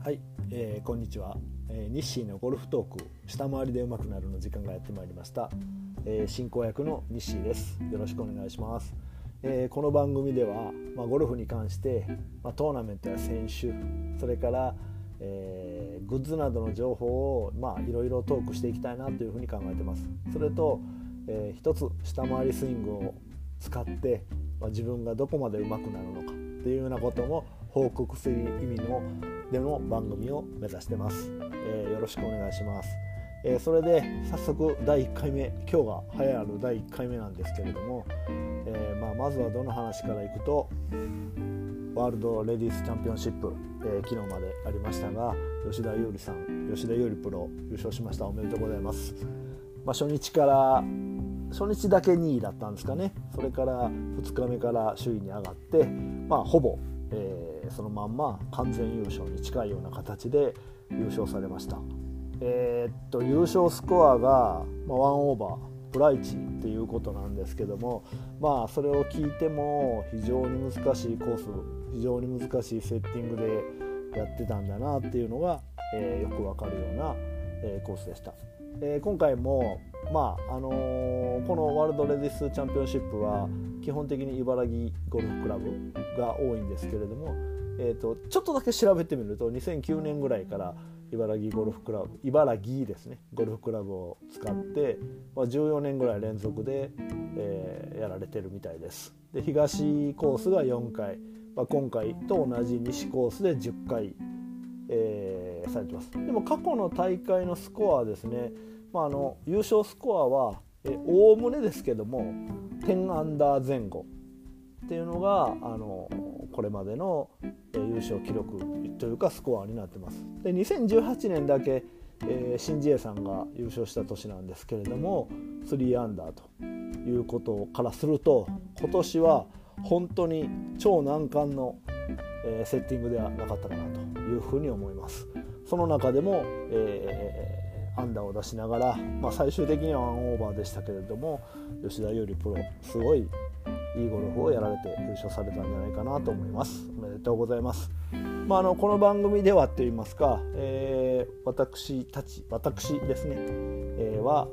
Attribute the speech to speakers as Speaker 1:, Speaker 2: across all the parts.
Speaker 1: はい、こんにちは、日清のゴルフトーク下回りで上手くなるの時間がやってまいりました、進行役の日清です。よろしくお願いします。この番組では、ゴルフに関して、トーナメントや選手、それから、グッズなどの情報をいろいろトークしていきたいなというふうに考えてます。それと、一つ下回りスイングを使って、自分がどこまで上手くなるのかっていうようなことも報告する意味での番組を目指してます。よろしくお願いします。それで早速第1回目、今日が流行る第1回目なんですけれども、まずはどの話からいくと、ワールドレディースチャンピオンシップ、昨日までありましたが、吉田優利プロ優勝しました。おめでとうございます。初日だけ2位だったんですかね。それから2日目から首位に上がって、ほぼ、そのまんま完全優勝に近いような形で優勝されました。優勝スコアが、1オーバープラ1っていうことなんですけども、それを聞いても非常に難しいコース、非常に難しいセッティングでやってたんだなっていうのが、よくわかるような、コースでした。今回も、このワールドレディースチャンピオンシップは基本的に茨城ゴルフクラブが多いんですけれども、ちょっとだけ調べてみると2009年ぐらいから茨城ですね、ゴルフクラブを使って、14年ぐらい連続で、やられてるみたいです。で、東コースが4回、今回と同じ西コースで10回、されてます。でも過去の大会のスコアですね、優勝スコアはおおむねですけども10アンダー前後っていうのがこれまでの優勝記録というかスコアになってます。で、2018年だけ、シン・ジエさんが優勝した年なんですけれども3アンダーということからすると、今年は本当に超難関の、セッティングではなかったかなというふうに思います。その中でも、アンダーを出しながら、最終的には1オーバーでしたけれども、吉田優利プロすごいいいゴルフをやられて優勝されたんじゃないかなと思います。おめでとうございます。この番組ではといいますか、私ですね、は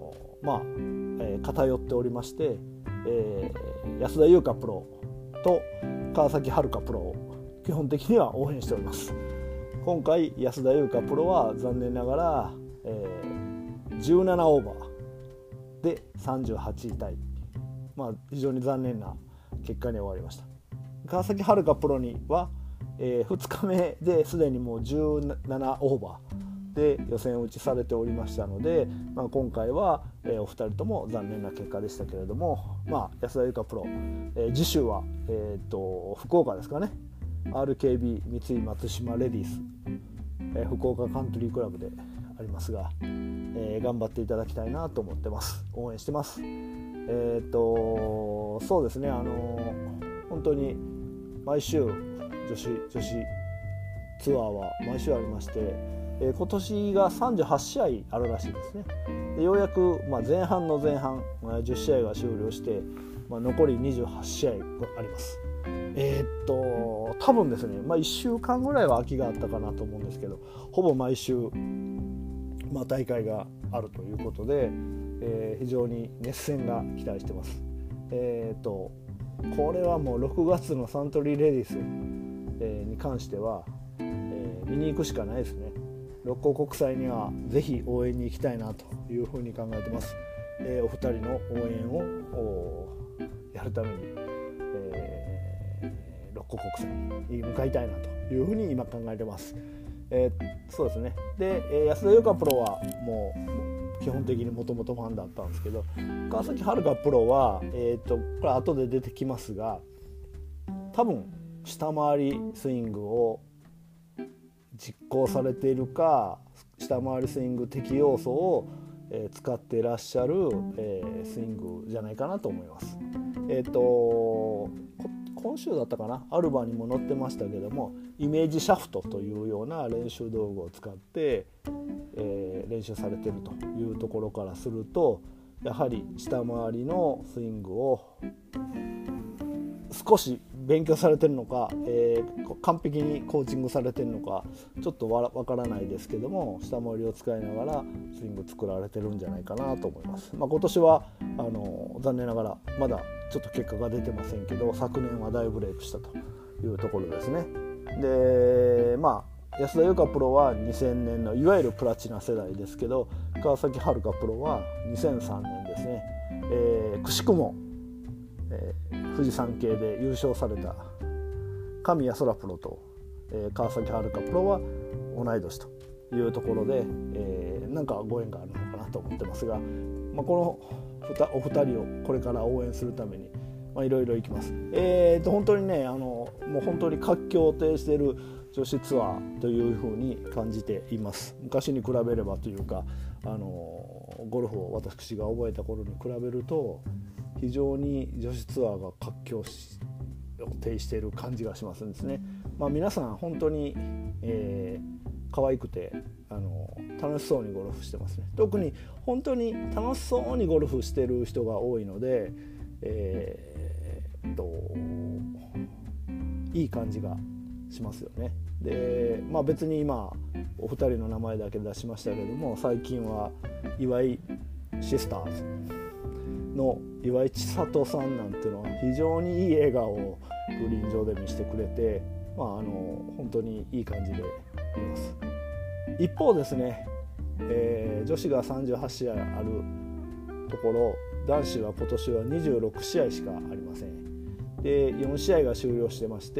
Speaker 1: 偏っておりまして、安田優花プロと川崎春花プロを基本的には応援しております。今回安田優花プロは残念ながら、17オーバーで38位タイ、非常に残念な結果に終わりました。川崎春花プロには、2日目ですでにもう17オーバーで予選落ちされておりましたので、今回は、お二人とも残念な結果でしたけれども、安田優花プロ、次週は、福岡ですかね、 RKB 三井松島レディース、福岡カントリークラブでありますが、頑張っていただきたいなと思ってます。応援してます。そうですね、本当に毎週女子ツアーは毎週ありまして、今年が38試合あるらしいですね。で、ようやく、前半の前半、10試合が終了して、残り28試合があります。多分ですね、1週間ぐらいは空きがあったかなと思うんですけど、ほぼ毎週、大会があるということで、非常に熱戦が期待してます。これはもう6月のサントリーレディス、に関しては、見に行くしかないですね。六甲国際にはぜひ応援に行きたいなというふうに考えてます。お二人の応援をやるために、六甲国際に向かいたいなというふうに今考えてます。そうですね。で、安田優花プロはもう基本的にもともとファンだったんですけど、川崎春花プロは、これ後で出てきますが、多分下回りスイングを実行されているか、下回りスイング的要素を、使っていらっしゃる、スイングじゃないかなと思います。今週だったかな、アルバにも載ってましたけども、イメージシャフトというような練習道具を使って、練習されているというところからすると、やはり下回りのスイングを少し勉強されてるのか、完璧にコーチングされてるのかちょっとわからないですけども、下回りを使いながらスイング作られてるんじゃないかなと思います。今年は残念ながらまだちょっと結果が出てませんけど、昨年は大ブレイクしたというところですね。で安田優花プロは2000年のいわゆるプラチナ世代ですけど、川崎春花プロは2003年ですね。くしくも、富士山系で優勝された神谷そらプロと、川崎春花プロは同い年というところで、なんかご縁があるのかなと思ってますが、このお二人をこれから応援するためにいろいろ行きます。本当にねもう本当に活況を呈している女子ツアーというふうに感じています。昔に比べればというかゴルフを私が覚えた頃に比べると非常に女子ツアーが活況を呈している感じがしますんですね。皆さん本当に、可愛くて楽しそうにゴルフしてますね。特に本当に楽しそうにゴルフしている人が多いので、いい感じがしますよね。で、別に今お二人の名前だけ出しましたけれども、最近は岩井シスターズの岩井千里さんなんていうのは非常にいい笑顔をグリーン上で見せてくれて、本当にいい感じでいます。一方ですね、女子が38試合あるところ、男子は今年は26試合しかありません。で4試合が終了してまして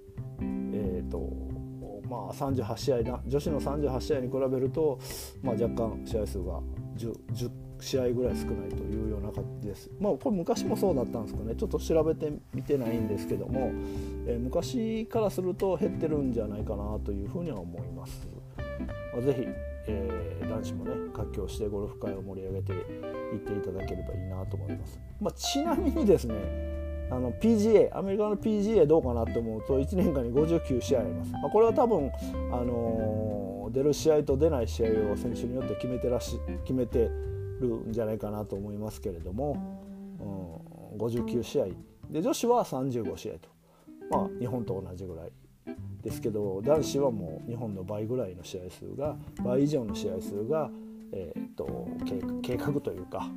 Speaker 1: 、38試合女子の38試合に比べると、若干試合数が 10試合ぐらい少ないというような感じです。これ昔もそうだったんですかね。ちょっと調べてみてないんですけども、昔からすると減ってるんじゃないかなというふうには思います。ぜひ、男子もね活況してゴルフ界を盛り上げていっていただければいいなと思います。ちなみにですね、PGA アメリカの PGA どうかなと思うと1年間に59試合あります。これは多分、出る試合と出ない試合を選手によって決めてるんじゃないかなと思いますけれども、59試合で女子は35試合と、日本と同じぐらいですけど、男子はもう日本の倍ぐらいの試合数が倍以上の試合数が、計画というか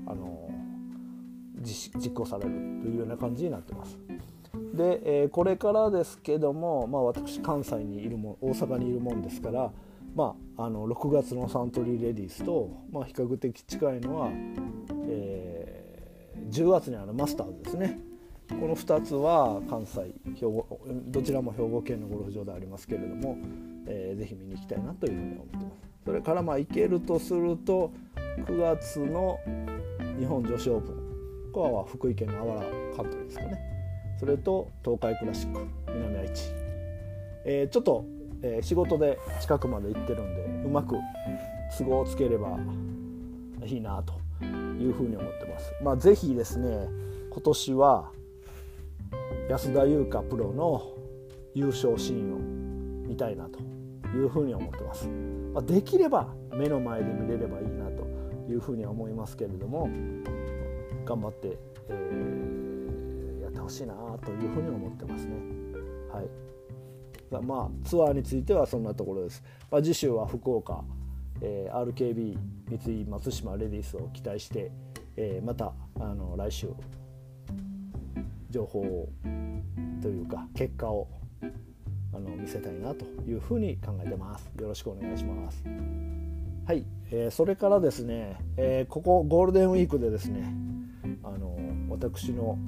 Speaker 1: 実行されるというような感じになってます。で、これからですけども、私関西にいる大阪にいるもんですから、6月のサントリーレディースと、比較的近いのは、10月にあるマスターズですね。この2つは関西どちらも兵庫県のゴルフ場でありますけれども、ぜひ見に行きたいなというふうに思ってます。それから行けるとすると9月の日本女子オープン、ここは福井県のあわらカントリーですかね。それと東海クラシック南愛知、ちょっと、仕事で近くまで行ってるんでうまく都合をつければいいなというふうに思ってます。ぜひですね、今年は安田優花プロの優勝シーンを見たいなというふうに思ってます。できれば目の前で見れればいいなというふうには思いますけれども、頑張って、やってほしいなというふうに思ってますね。はい。ツアーについてはそんなところです。次週は福岡、RKB 三井松島レディースを期待して、また来週情報をというか結果を見せたいなというふうに考えてます。よろしくお願いします。はい、それからですね、ここゴールデンウィークでですね、私の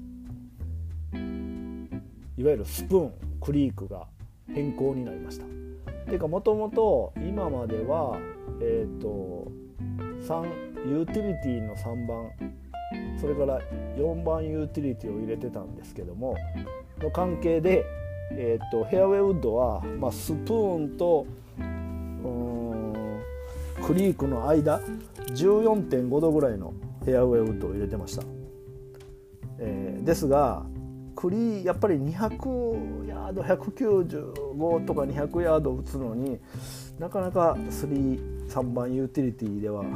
Speaker 1: いわゆるスプーンクリークが変更になりました。ていうかもともと今まではユーティリティの3番それから4番ユーティリティを入れてたんですけどもの関係で、フェアウェイウッドは、スプーンとクリークの間 14.5 度ぐらいのフェアウェイウッドを入れてました。ですがやっぱり200ヤード195とか200ヤード打つのになかなか3番ユーティリティでは、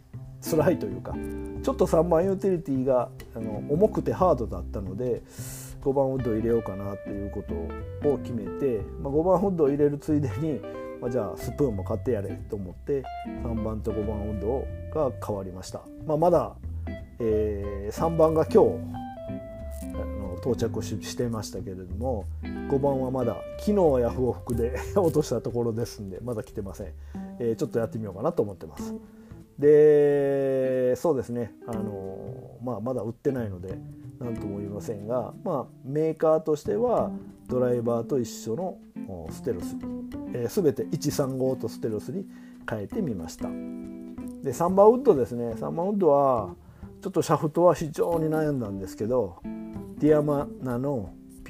Speaker 1: 辛いというかちょっと3番ユーティリティが重くてハードだったので 5番ウッドを入れようかなっていうことを決めて、5番ウッドを入れるついでに、じゃあスプーンも買ってやれと思って3番と5番ウッドが変わりました。まだ、3番が今日到着してましたけれども、5番はまだ昨日ヤフオクで落としたところですんでまだ来てません。ちょっとやってみようかなと思ってます。でそうですね、まだ売ってないので何とも言いませんが、メーカーとしてはドライバーと一緒のステルス、全て135とステルスに変えてみました。で3番ウッドですね。3番ウッドはちょっとシャフトは非常に悩んだんですけど、ディアマナの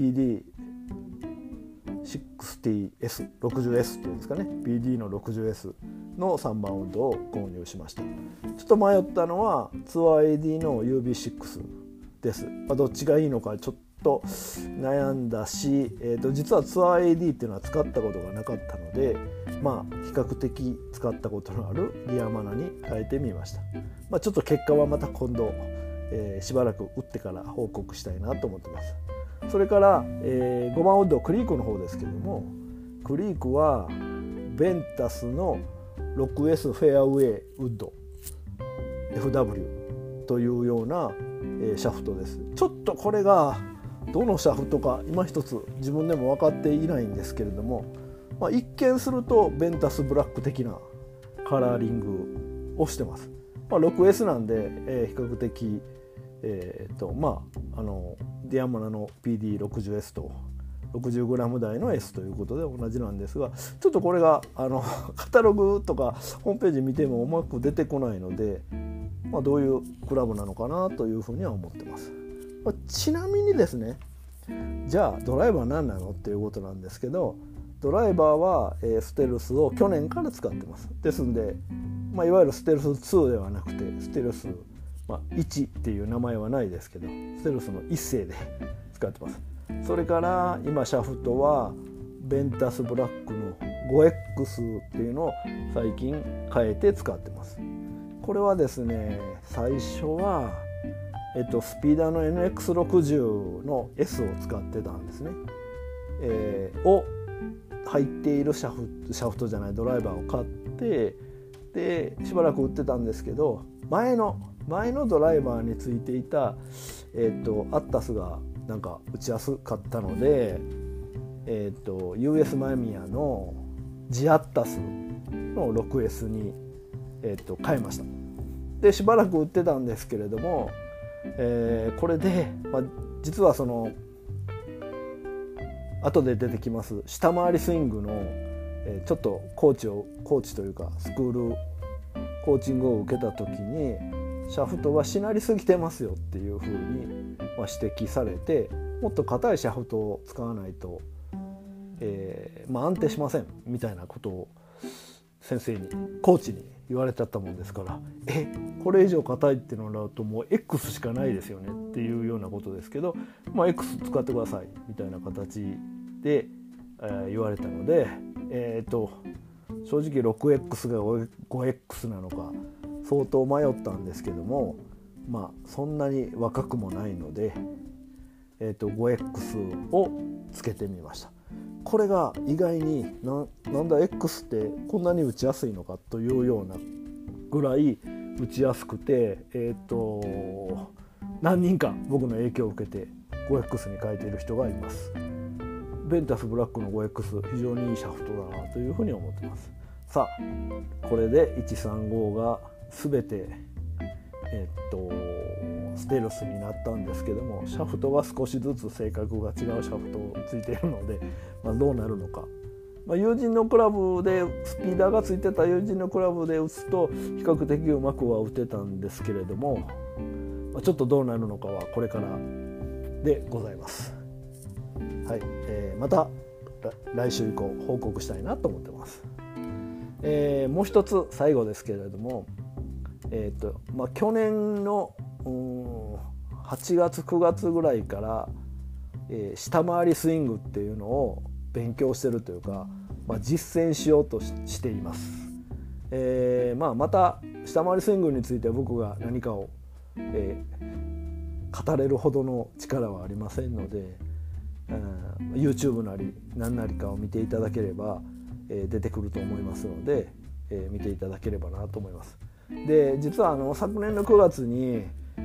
Speaker 1: PD60S 60S っていうんですかね、 PD の 60S の3番ウッドを購入しました。ちょっと迷ったのはツアー AD の UB6 です。どっちがいいのかちょっと悩んだし、実はツアー AD っていうのは使ったことがなかったので、比較的使ったことのあるディアマナに変えてみました。ちょっと結果はまた今度、しばらく打ってから報告したいなと思ってます。それから、5番ウッドクリークの方ですけども、クリークはベンタスの 6S フェアウェイウッド FW というような、シャフトです。ちょっとこれがどのシャフトか今一つ自分でも分かっていないんですけれども、一見するとベンタスブラック的なカラーリングをしてます。6S なんで、比較的、ディアマナの PD60S と 60g 台の S ということで同じなんですが、ちょっとこれがカタログとかホームページ見てもうまく出てこないので、どういうクラブなのかなというふうには思ってます。ちなみにですね、じゃあドライバー何なのっていうことなんですけど、ドライバーはステルスを去年から使ってます。ですんで、いわゆるステルス2ではなくてステルス、1っていう名前はないですけどステルスの一世で使ってます。それから今シャフトはベンタスブラックの 5X っていうのを最近変えて使ってます。これはですね、最初はスピーダーの NX60 の S を使ってたんですね。を入っているシャフトじゃないドライバーを買って、でしばらく売ってたんですけど、前のドライバーについていた、アッタスがなんか打ちやすかったので、US マイミヤのジアッタスの 6S に、変えました。でしばらく売ってたんですけれども、これで、実はその後で出てきます下回りスイングの、ちょっとコーチというかスクールコーチングを受けた時にシャフトはしなりすぎてますよっていうふうに、指摘されて、もっと硬いシャフトを使わないと、安定しませんみたいなことを先生にコーチに言われちゃったもんですから、これ以上硬いっていうのだともう X しかないですよねっていうようなことですけど、X 使ってくださいみたいな形で、言われたので、正直 6X が 5X なのか相当迷ったんですけども、そんなに若くもないので、5X をつけてみました。これが意外になんだ X ってこんなに打ちやすいのかというようなぐらい打ちやすくて、何人か僕の影響を受けて 5X に変えている人がいます。ベンタスブラックの 5X 非常にいいシャフトだなというふうに思ってます。さあこれで135が全てステルスになったんですけども、シャフトが少しずつ性格が違うシャフトをついているので、どうなるのか、友人のクラブでスピーダーがついてた友人のクラブで打つと比較的うまくは打てたんですけれども、ちょっとどうなるのかはこれからでございます。はい、また来週以降報告したいなと思ってます。もう一つ最後ですけれども、去年の8月9月ぐらいから、下回りスイングっていうのを勉強してるというか、実践しようとしています。また下回りスイングについて僕が何かを、語れるほどの力はありませんので、 YouTube なり何なりかを見ていただければ、出てくると思いますので、見ていただければなと思います。で実は昨年の9月に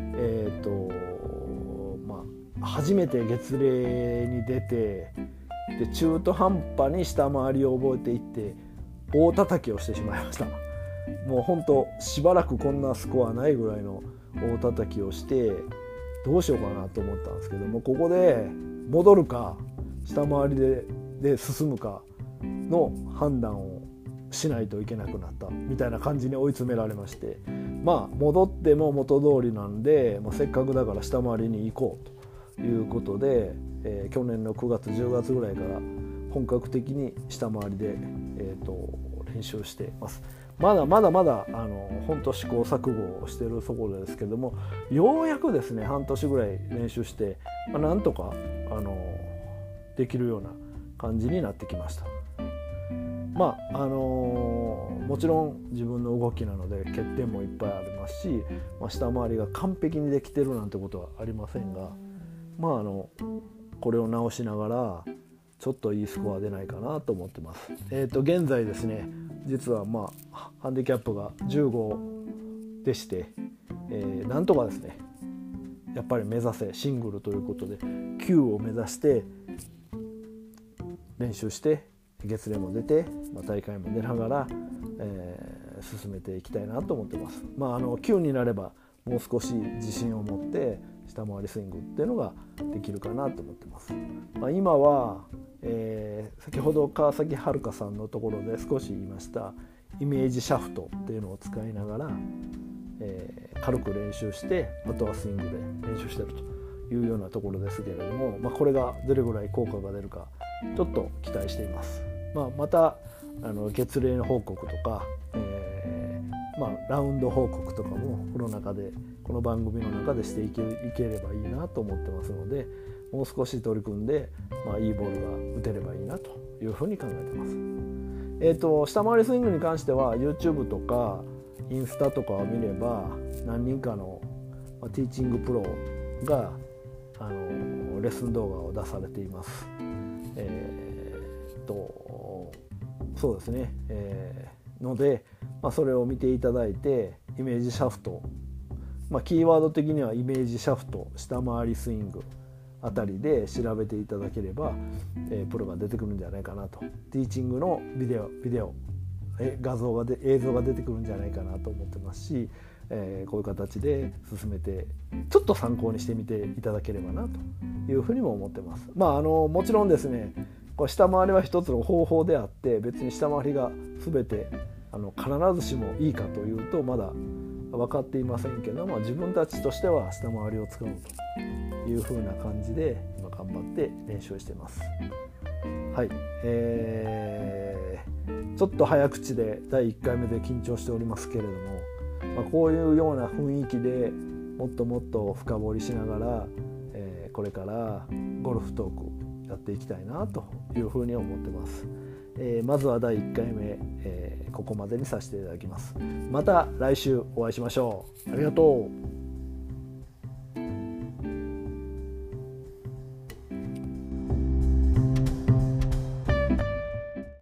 Speaker 1: 初めて月齢に出て、で中途半端に下回りを覚えていって大叩きをしてしまいました。もう本当しばらくこんなスコアないぐらいの大叩きをしてどうしようかなと思ったんですけども、ここで戻るか下回りで進むかの判断をしないといけなくなったみたいな感じに追い詰められまして、戻っても元通りなんで、せっかくだから下回りに行こうということで、去年の9月10月ぐらいから本格的に下回りで、練習しています。まだ本当試行錯誤をしているところですけども、ようやくですね半年ぐらい練習して、なんとかできるような感じになってきました。もちろん自分の動きなので欠点もいっぱいありますし、下回りが完璧にできてるなんてことはありませんが、これを直しながらちょっといいスコア出ないかなと思ってます。現在ですね、実はハンディキャップが15でして、なんとかですねやっぱり目指せシングルということで9を目指して練習して月齢も出て、大会も出ながら、進めていきたいなと思ってます。9になればもう少し自信を持って下回りスイングっていうのができるかなと思ってます。今は、先ほど川崎遥さんのところで少し言いましたイメージシャフトっていうのを使いながら、軽く練習してあとはスイングで練習してるというようなところですけれども、これがどれぐらい効果が出るかちょっと期待しています。また月齢の報告とか、ラウンド報告とかもこの番組の中でしていければいいなと思ってますので、もう少し取り組んで、いいボールが打てればいいなというふうに考えてます。下回りスイングに関しては YouTube とかインスタとかを見れば何人かのティーチングプロがレッスン動画を出されています。そうですね、ので、それを見ていただいてイメージシャフト、キーワード的にはイメージシャフト下回りスイングあたりで調べていただければ、プロが出てくるんじゃないかなと。ティーチングのビデオ映像が出てくるんじゃないかなと思ってますし、こういう形で進めてちょっと参考にしてみていただければなというふうにも思ってます。もちろんですね、これ下回りは一つの方法であって別に下回りが全て必ずしもいいかというとまだ分かっていませんけども、自分たちとしては下回りを使うというふうな感じで今頑張って練習しています。はい、ちょっと早口で第1回目で緊張しておりますけれども、こういうような雰囲気でもっともっと深掘りしながら、これからゴルフトークやっていきたいなというふうに思ってます。まずは第1回目、ここまでにさせていただきます。また来週お会いしましょう。ありがとう。